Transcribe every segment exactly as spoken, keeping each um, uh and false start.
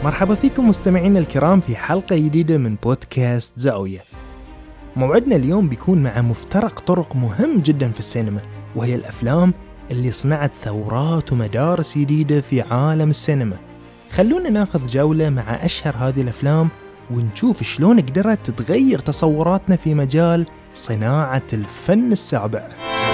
مرحبا فيكم مستمعين الكرام في حلقة جديدة من بودكاست زاوية. موعدنا اليوم بيكون مع مفترق طرق مهم جدا في السينما، وهي الأفلام اللي صنعت ثورات ومدارس جديدة في عالم السينما. خلونا ناخذ جولة مع أشهر هذه الأفلام ونشوف شلون قدرت تتغير تصوراتنا في مجال صناعة الفن السابع.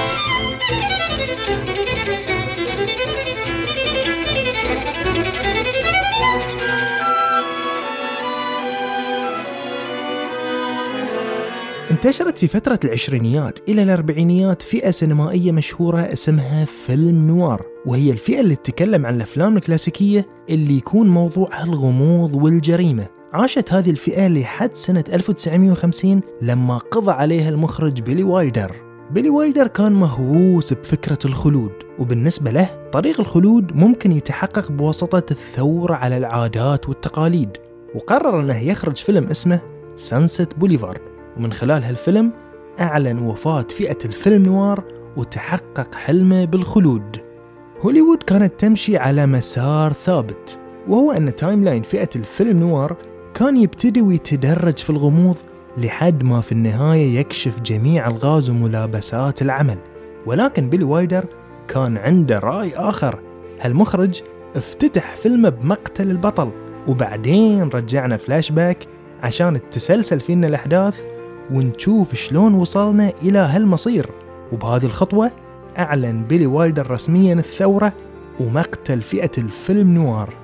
انتشرت في فترة العشرينيات إلى الأربعينيات فئة سينمائية مشهورة اسمها فيلم نوار، وهي الفئة اللي تتكلم عن الأفلام الكلاسيكية اللي يكون موضوعها الغموض والجريمة. عاشت هذه الفئة لحد سنة ألف وتسعمائة وخمسين لما قضى عليها المخرج بيلي وايلدر. بيلي وايلدر كان مهووس بفكرة الخلود، وبالنسبة له طريق الخلود ممكن يتحقق بواسطة الثورة على العادات والتقاليد، وقرر أنه يخرج فيلم اسمه سانست بوليفارد، ومن خلال هالفيلم أعلن وفاة فئة الفيلم نوار وتحقق حلمه بالخلود. هوليوود كانت تمشي على مسار ثابت، وهو أن تايم لاين فئة الفيلم نوار كان يبتدي ويتدرج في الغموض لحد ما في النهاية يكشف جميع ألغاز وملابسات العمل. ولكن بيلي وايلدر كان عنده رأي آخر. هالمخرج افتتح فيلمه بمقتل البطل، وبعدين رجعنا فلاش باك عشان تتسلسل فينا الأحداث ونشوف شلون وصلنا إلى هالمصير. وبهذه الخطوة أعلن بيلي وايلدر رسميا الثورة ومقتل فئة الفيلم نوار.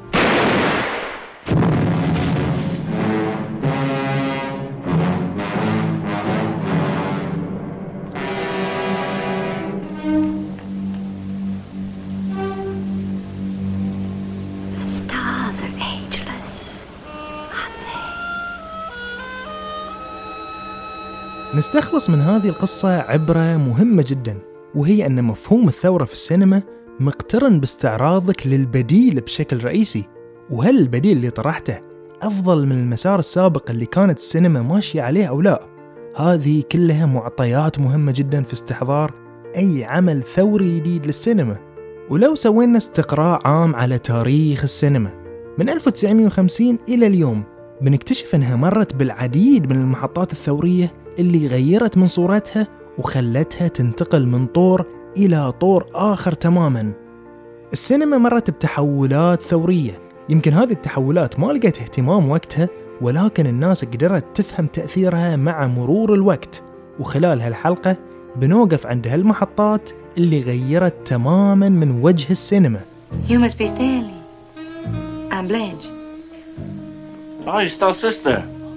نستخلص من هذه القصة عبرة مهمة جدا، وهي أن مفهوم الثورة في السينما مقترن باستعراضك للبديل بشكل رئيسي. وهل البديل اللي طرحته أفضل من المسار السابق اللي كانت السينما ماشية عليه أو لا؟ هذه كلها معطيات مهمة جدا في استحضار أي عمل ثوري جديد للسينما. ولو سوينا استقراء عام على تاريخ السينما من ألف وتسعمائة وخمسين إلى اليوم، بنكتشف أنها مرت بالعديد من المحطات الثورية اللي غيرت من صورتها وخلتها تنتقل من طور إلى طور آخر تماماً. السينما مرت بتحولات ثورية، يمكن هذه التحولات ما لقت اهتمام وقتها، ولكن الناس قدرت تفهم تأثيرها مع مرور الوقت. وخلال هالحلقة بنوقف عند هالمحطات اللي غيرت تماماً من وجه السينما. You must be Stanley. I'm Blanche. Oh, you're still sister.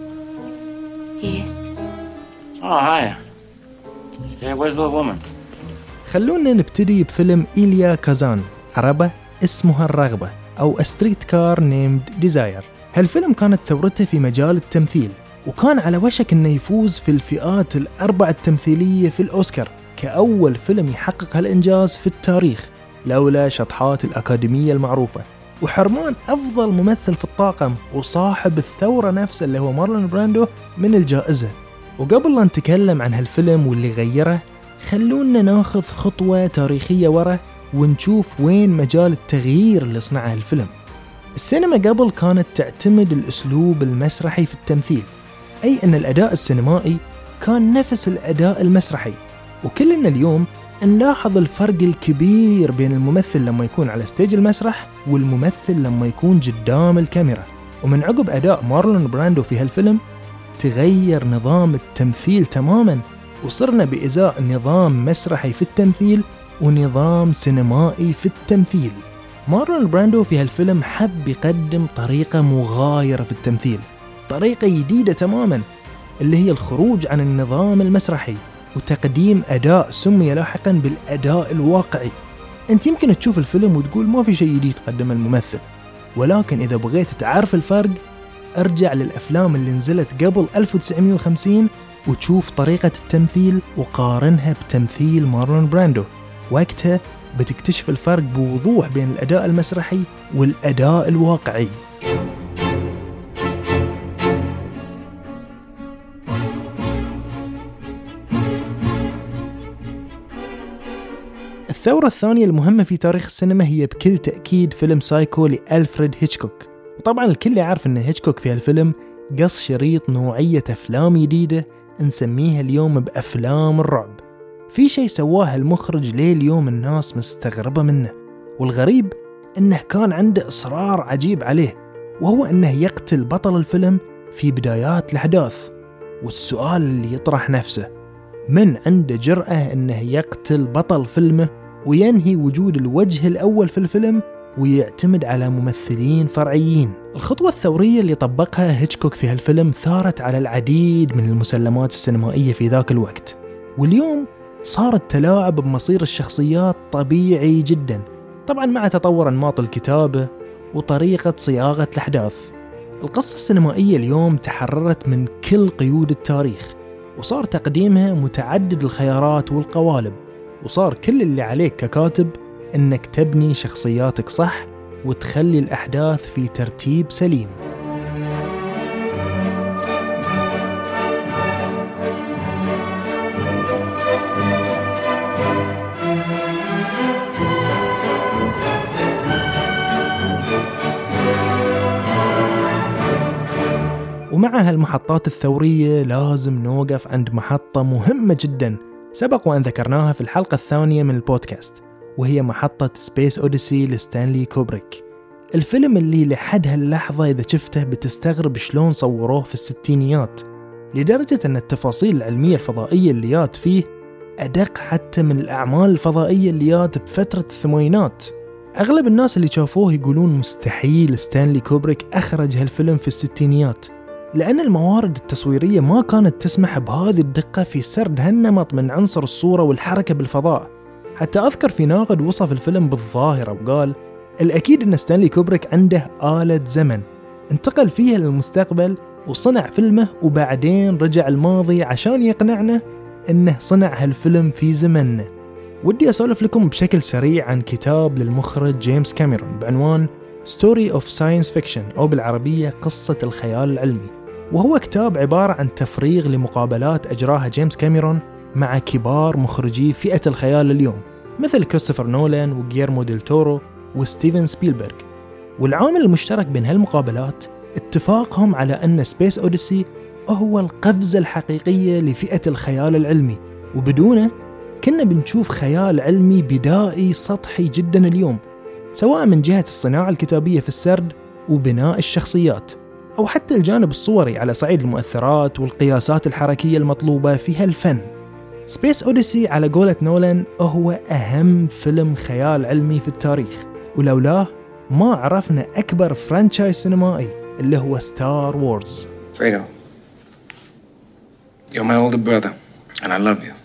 Yes. Oh, hi. Yeah, where's the woman? خلونا نبتدي بفيلم إيليا كازان، عربة اسمها الرغبة أو A Streetcar Named Desire. هالفيلم كانت ثورته في مجال التمثيل، وكان على وشك أنه يفوز في الفئات الأربعة التمثيلية في الأوسكار كأول فيلم يحقق هالإنجاز في التاريخ، لولا شطحات الأكاديمية المعروفة وحرمان أفضل ممثل في الطاقم وصاحب الثورة نفسه اللي هو مارلون براندو من الجائزة. وقبل لا نتكلم عن هالفيلم واللي غيره، خلونا ناخذ خطوة تاريخية ورا ونشوف وين مجال التغيير اللي صنعه الفيلم. السينما قبل كانت تعتمد الأسلوب المسرحي في التمثيل، أي أن الأداء السينمائي كان نفس الأداء المسرحي. وكلنا اليوم نلاحظ الفرق الكبير بين الممثل لما يكون على ستيج المسرح والممثل لما يكون قدام الكاميرا. ومن عقب أداء مارلون براندو في هالفيلم تغير نظام التمثيل تماماً، وصرنا بإزاء نظام مسرحي في التمثيل ونظام سينمائي في التمثيل. مارلون براندو في هالفيلم حب يقدم طريقة مغايرة في التمثيل، طريقة جديدة تماماً، اللي هي الخروج عن النظام المسرحي وتقديم أداء سمي لاحقاً بالأداء الواقعي. أنت يمكن تشوف الفيلم وتقول ما في شيء جديد قدم الممثل، ولكن إذا بغيت تعرف الفرق ارجع للأفلام اللي نزلت قبل ألف وتسعمائة وخمسين وتشوف طريقة التمثيل وقارنها بتمثيل مارلون براندو. وقتها بتكتشف الفرق بوضوح بين الأداء المسرحي والأداء الواقعي. الثورة الثانية المهمة في تاريخ السينما هي بكل تأكيد فيلم سايكو لألفريد هيتشكوك. وطبعا الكل يعرف أن هيتشكوك في هالفيلم قص شريط نوعية أفلام جديدة نسميها اليوم بأفلام الرعب. في شيء سواه المخرج ليه اليوم الناس مستغربة منه، والغريب أنه كان عنده إصرار عجيب عليه، وهو أنه يقتل بطل الفيلم في بدايات الأحداث. والسؤال اللي يطرح نفسه، من عنده جرأة أنه يقتل بطل فيلمه وينهي وجود الوجه الأول في الفيلم ويعتمد على ممثلين فرعيين؟ الخطوة الثورية اللي طبقها هيتشكوك في هالفيلم ثارت على العديد من المسلمات السينمائية في ذاك الوقت، واليوم صار التلاعب بمصير الشخصيات طبيعي جدا، طبعا مع تطور أنماط الكتابة وطريقة صياغة الأحداث. القصة السينمائية اليوم تحررت من كل قيود التاريخ، وصار تقديمها متعدد الخيارات والقوالب، وصار كل اللي عليك ككاتب إنك تبني شخصياتك صح وتخلي الأحداث في ترتيب سليم. ومع هالمحطات الثورية لازم نوقف عند محطة مهمة جدا سبق وأن ذكرناها في الحلقة الثانية من البودكاست، وهي محطة سبيس أوديسي لستانلي كوبريك. الفيلم اللي لحد هاللحظة إذا شفته بتستغرب شلون صوروه في الستينيات، لدرجة أن التفاصيل العلمية الفضائية اللي يات فيه أدق حتى من الأعمال الفضائية اللي يات بفترة الثمانينات. أغلب الناس اللي شافوه يقولون مستحيل ستانلي كوبريك أخرج هالفيلم في الستينيات، لأن الموارد التصويرية ما كانت تسمح بهذه الدقة في سرد هالنمط من عنصر الصورة والحركة بالفضاء. حتى أذكر في ناقد وصف الفيلم بالظاهرة وقال الأكيد أن ستانلي كوبريك عنده آلة زمن انتقل فيها للمستقبل وصنع فيلمه، وبعدين رجع الماضي عشان يقنعنا أنه صنع هالفيلم في زمننا. ودي أسولف لكم بشكل سريع عن كتاب للمخرج جيمس كاميرون بعنوان Story of Science Fiction، أو بالعربية قصة الخيال العلمي، وهو كتاب عبارة عن تفريغ لمقابلات أجراها جيمس كاميرون مع كبار مخرجي فئة الخيال اليوم مثل كريستوفر نولان وغيرمو ديل تورو وستيفن سبيلبرغ. والعامل المشترك بين هالمقابلات اتفاقهم على أن سبيس أوديسي هو القفزة الحقيقية لفئة الخيال العلمي، وبدونه كنا بنشوف خيال علمي بدائي سطحي جدا اليوم، سواء من جهة الصناعة الكتابية في السرد وبناء الشخصيات، أو حتى الجانب الصوري على صعيد المؤثرات والقياسات الحركية المطلوبة في هالفن. سبيس أوديسي على قولة نولان هو أهم فيلم خيال علمي في التاريخ، ولولاه ما عرفنا أكبر فرانشايز سينمائي اللي هو ستار وورز. Fredo, you're my older brother and I love you.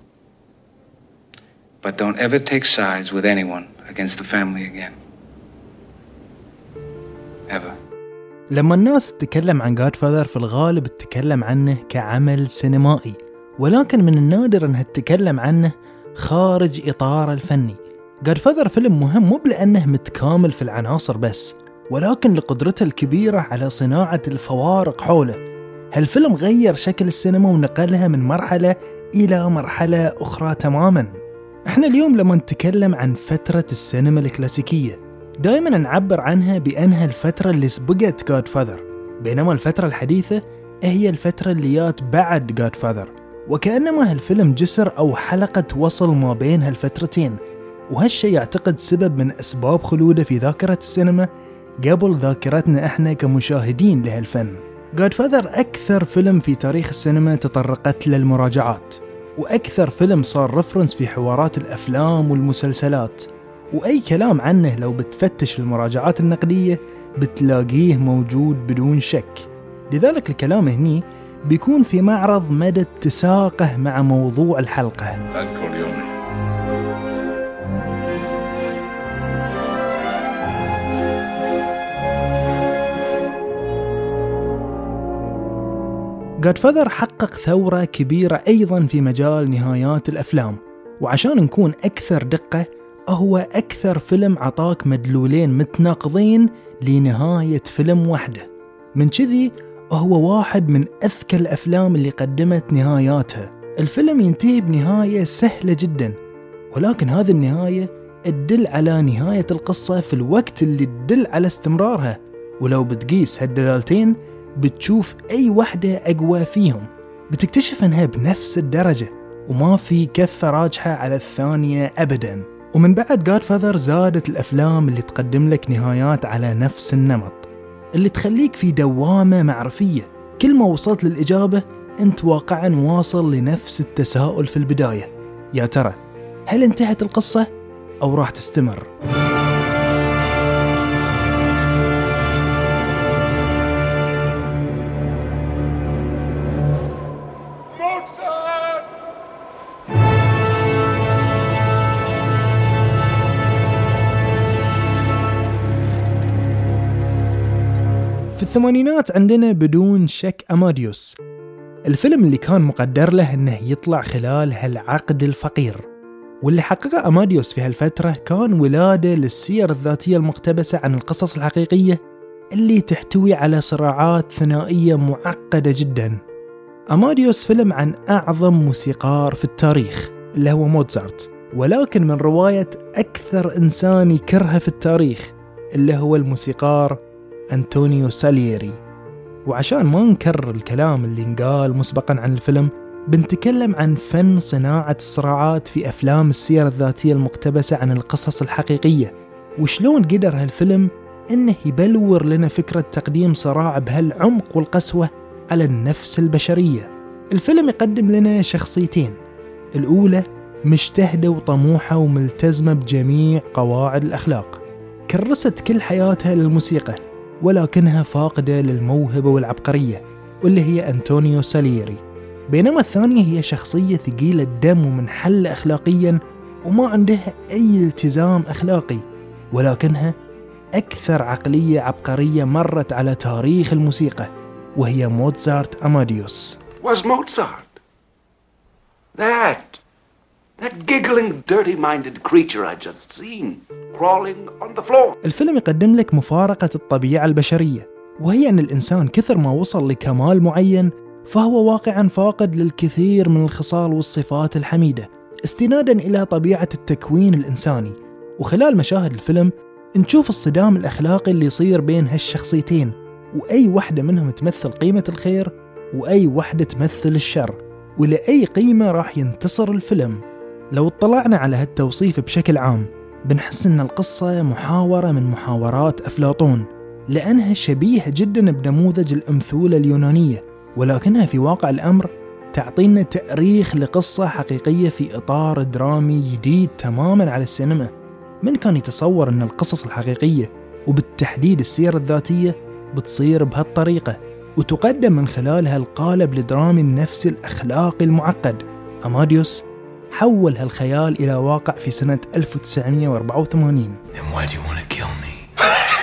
But don't ever take sides with anyone against the family again. Ever. لما الناس تتكلم عن Godfather في الغالب تتكلم عنه كعمل سينمائي، ولكن من النادر أنها تتكلم عنه خارج إطار الفني. Godfather فيلم مهم مو لأنه متكامل في العناصر بس، ولكن لقدرته الكبيرة على صناعة الفوارق حوله. هالفيلم غير شكل السينما ونقلها من مرحلة إلى مرحلة أخرى تماماً. احنا اليوم لما نتكلم عن فترة السينما الكلاسيكية دائما نعبر عنها بأنها الفترة اللي سبقت Godfather، بينما الفترة الحديثة هي الفترة اللي جات بعد Godfather، وكأنما هالفيلم جسر أو حلقة وصل ما بين هالفترتين. وهالشي يعتقد سبب من أسباب خلوده في ذاكرة السينما قبل ذاكرتنا احنا كمشاهدين لهالفن. Godfather أكثر فيلم في تاريخ السينما تطرقت للمراجعات، وأكثر فيلم صار رفرنس في حوارات الأفلام والمسلسلات، وأي كلام عنه لو بتفتش في المراجعات النقدية بتلاقيه موجود بدون شك. لذلك الكلام هني بيكون في معرض مدى اتساقه مع موضوع الحلقة. Godfather حقق ثورة كبيرة أيضا في مجال نهايات الأفلام، وعشان نكون أكثر دقة هو أكثر فيلم عطاك مدلولين متناقضين لنهاية فيلم واحدة. من كذي هو واحد من أذكى الأفلام اللي قدمت نهاياتها. الفيلم ينتهي بنهاية سهلة جدا، ولكن هذه النهاية تدل على نهاية القصة في الوقت اللي تدل على استمرارها، ولو بتقيس هالدلالتين بتشوف أي واحدة أقوى فيهم، بتكتشف أنها بنفس الدرجة وما في كفة راجحة على الثانية أبداً. ومن بعد Godfather زادت الأفلام اللي تقدم لك نهايات على نفس النمط، اللي تخليك في دوامة معرفية، كل ما وصلت للإجابة أنت واقعاً واصل لنفس التساؤل في البداية، يا ترى هل انتهت القصة أو راح تستمر؟ في الثمانينات عندنا بدون شك أماديوس، الفيلم اللي كان مقدر له أنه يطلع خلال هالعقد الفقير، واللي حققه أماديوس في هالفترة كان ولادة للسير الذاتية المقتبسة عن القصص الحقيقية اللي تحتوي على صراعات ثنائية معقدة جدا. أماديوس فيلم عن أعظم موسيقار في التاريخ اللي هو موتزارت، ولكن من رواية أكثر إنسان يكرهه في التاريخ اللي هو الموسيقار أنطونيو سالييري. وعشان ما نكرر الكلام اللي انقال مسبقا عن الفيلم، بنتكلم عن فن صناعة الصراعات في أفلام السير الذاتية المقتبسة عن القصص الحقيقية، وشلون قدر هالفيلم إنه يبلور لنا فكرة تقديم صراع بهالعمق والقسوة على النفس البشرية. الفيلم يقدم لنا شخصيتين، الأولى مجتهدة وطموحة وملتزمة بجميع قواعد الأخلاق، كرست كل حياتها للموسيقى ولكنها فاقدة للموهبة والعبقرية، واللي هي أنطونيو سالييري. بينما الثانية هي شخصية ثقيلة الدم ومنحلة أخلاقيا وما عندها أي التزام أخلاقي، ولكنها أكثر عقلية عبقرية مرت على تاريخ الموسيقى، وهي موتزارت أماديوس. Was Mozart that that giggling dirty-minded creature I just seen crawling on the floor? الفيلم يقدم لك مفارقة الطبيعة البشرية، وهي أن الإنسان كثر ما وصل لكمال معين فهو واقعا فاقد للكثير من الخصال والصفات الحميدة استنادا إلى طبيعة التكوين الإنساني. وخلال مشاهد الفيلم نشوف الصدام الأخلاقي اللي يصير بين هالشخصيتين، وأي واحدة منهم تمثل قيمة الخير وأي واحدة تمثل الشر، ولأي قيمة راح ينتصر الفيلم. لو اطلعنا على هالتوصيف بشكل عام بنحس أن القصة محاورة من محاورات أفلاطون، لأنها شبيهة جدا بنموذج الأمثولة اليونانية، ولكنها في واقع الأمر تعطينا تأريخ لقصة حقيقية في إطار درامي جديد تماما على السينما. من كان يتصور أن القصص الحقيقية وبالتحديد السير الذاتية بتصير بهالطريقة وتقدم من خلالها القالب الدرامي النفسي الأخلاقي المعقد؟ أماديوس حول هالخيال إلى واقع في سنة ألف وتسعمائة وأربعة وثمانين. And why do you want to kill me?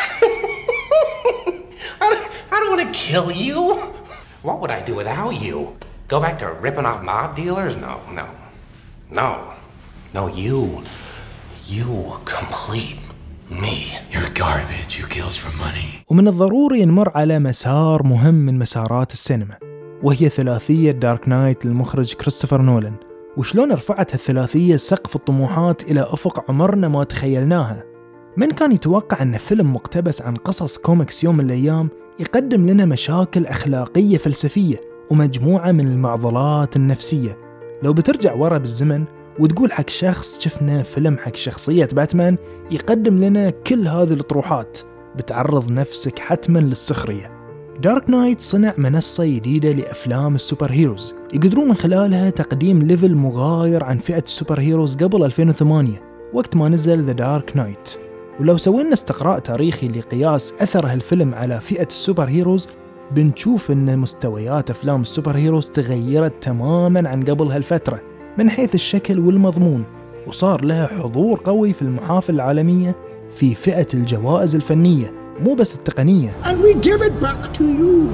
I don't want to kill you. What would I do without you? Go back to ripping off mob dealers? No, no, no, no. You, you complete me. You're garbage who kills for money. ومن الضروري نمر على مسار مهم من مسارات السينما، وهي ثلاثية دارك نايت للمخرج كريستوفر نولان. وشلون رفعت هالثلاثية سقف الطموحات إلى أفق عمرنا ما تخيلناها. من كان يتوقع أن فيلم مقتبس عن قصص كوميكس يوم من الأيام يقدم لنا مشاكل أخلاقية فلسفية ومجموعة من المعضلات النفسية؟ لو بترجع ورا بالزمن وتقول حق شخص شفنا فيلم حق شخصية باتمان يقدم لنا كل هذه الأطروحات، بتعرض نفسك حتما للسخرية. دارك نايت صنع منصة جديدة لأفلام السوبر هيروز يقدرون من خلالها تقديم ليفل مغاير عن فئة السوبر هيروز قبل ألفين وثمانية وقت ما نزل ذا دارك نايت. ولو سوينا استقراء تاريخي لقياس أثر هالفيلم على فئة السوبر هيروز بنشوف أن مستويات أفلام السوبر هيروز تغيرت تماما عن قبل هالفترة من حيث الشكل والمضمون، وصار لها حضور قوي في المحافل العالمية في فئة الجوائز الفنية مو بس التقنية. And we give it back to you,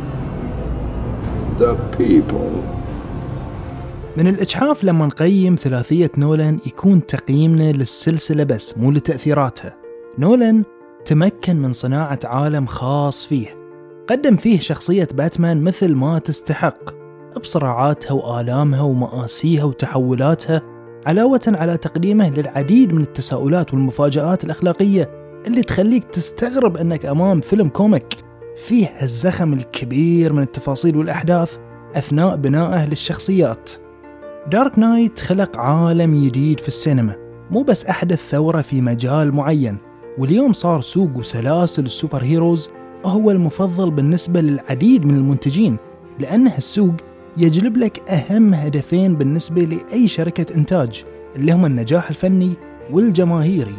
the people. من الإجحاف لما نقيم ثلاثية نولان يكون تقييمنا للسلسلة بس مو لتأثيراتها. نولان تمكن من صناعة عالم خاص فيه، قدم فيه شخصية باتمان مثل ما تستحق بصراعاتها وآلامها ومآسيها وتحولاتها، علاوة على تقديمه للعديد من التساؤلات والمفاجآت الأخلاقية اللي تخليك تستغرب أنك أمام فيلم كوميك فيه الزخم الكبير من التفاصيل والأحداث أثناء بنائه للشخصيات. دارك نايت خلق عالم جديد في السينما، مو بس أحدث ثورة في مجال معين، واليوم صار سوق وسلاسل السوبر هيروز هو المفضل بالنسبة للعديد من المنتجين، لأنه السوق يجلب لك أهم هدفين بالنسبة لأي شركة إنتاج، اللي هم النجاح الفني والجماهيري.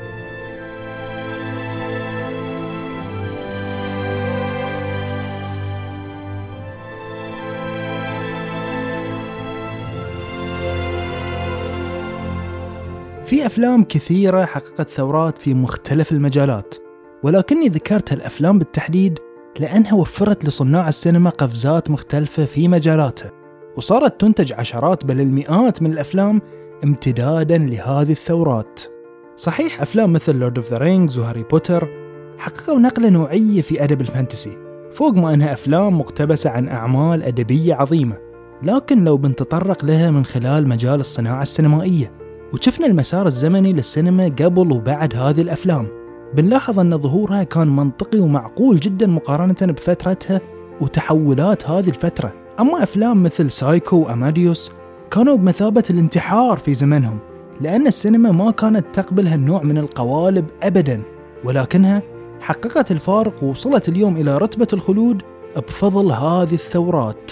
في أفلام كثيرة حققت ثورات في مختلف المجالات، ولكني ذكرت هالأفلام بالتحديد لأنها وفرت لصناع السينما قفزات مختلفة في مجالاتها، وصارت تنتج عشرات بل المئات من الأفلام امتدادا لهذه الثورات. صحيح أفلام مثل لورد اوف ذا رينجز وهاري بوتر حققوا نقلة نوعية في أدب الفانتسي، فوق ما أنها أفلام مقتبسة عن أعمال أدبية عظيمة، لكن لو بنتطرق لها من خلال مجال الصناعة السينمائية وشفنا المسار الزمني للسينما قبل وبعد هذه الأفلام، بنلاحظ أن ظهورها كان منطقي ومعقول جدا مقارنة بفترتها وتحولات هذه الفترة. أما أفلام مثل سايكو وأماديوس كانوا بمثابة الانتحار في زمنهم، لأن السينما ما كانت تقبل هالنوع من القوالب أبدا، ولكنها حققت الفارق ووصلت اليوم إلى رتبة الخلود بفضل هذه الثورات.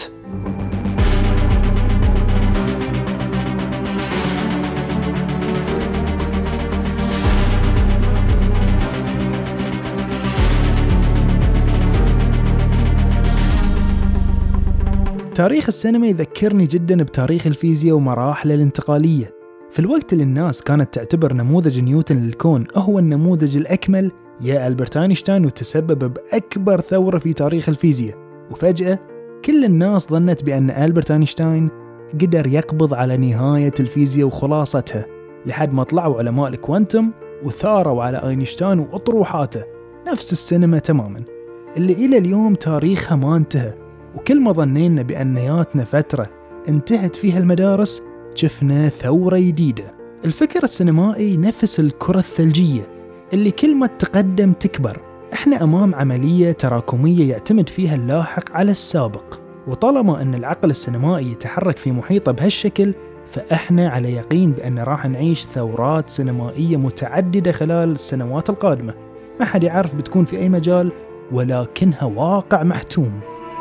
تاريخ السينما يذكرني جدا بتاريخ الفيزياء ومراحل الانتقالية. في الوقت اللي الناس كانت تعتبر نموذج نيوتن للكون هو النموذج الأكمل، جاء ألبرت أينشتاين وتسبب بأكبر ثورة في تاريخ الفيزياء، وفجأة كل الناس ظنت بأن ألبرت أينشتاين قدر يقبض على نهاية الفيزياء وخلاصتها، لحد ما طلعوا علماء الكوانتم وثاروا على أينشتاين وأطروحاته. نفس السينما تماما اللي إلى اليوم تاريخها ما انتهى، وكل ما ظنينا بأنياتنا فترة انتهت فيها المدارس شفنا ثورة جديدة. الفكر السينمائي نفس الكرة الثلجية اللي كل ما تقدم تكبر. احنا أمام عملية تراكمية يعتمد فيها اللاحق على السابق، وطالما أن العقل السينمائي يتحرك في محيطه بهالشكل فإحنا على يقين بأن راح نعيش ثورات سينمائية متعددة خلال السنوات القادمة، ما حد يعرف بتكون في أي مجال، ولكنها واقع محتوم.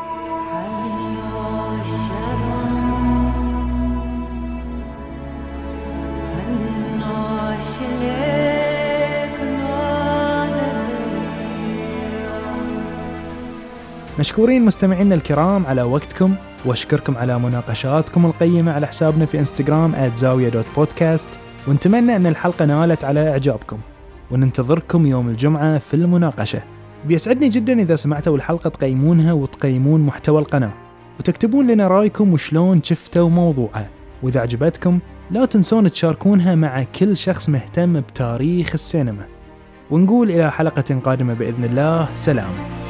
مشكورين مستمعينا الكرام على وقتكم، واشكركم على مناقشاتكم القيمة على حسابنا في انستغرام آت زاوية دوت بودكاست، ونتمنى أن الحلقة نالت على إعجابكم، وننتظركم يوم الجمعة في المناقشة. بيسعدني جدا إذا سمعتوا الحلقة تقيمونها وتقيمون محتوى القناة، وتكتبون لنا رأيكم وشلون شفتوا موضوعها، وإذا عجبتكم لا تنسون تشاركونها مع كل شخص مهتم بتاريخ السينما. ونقول إلى حلقة قادمة بإذن الله، سلام.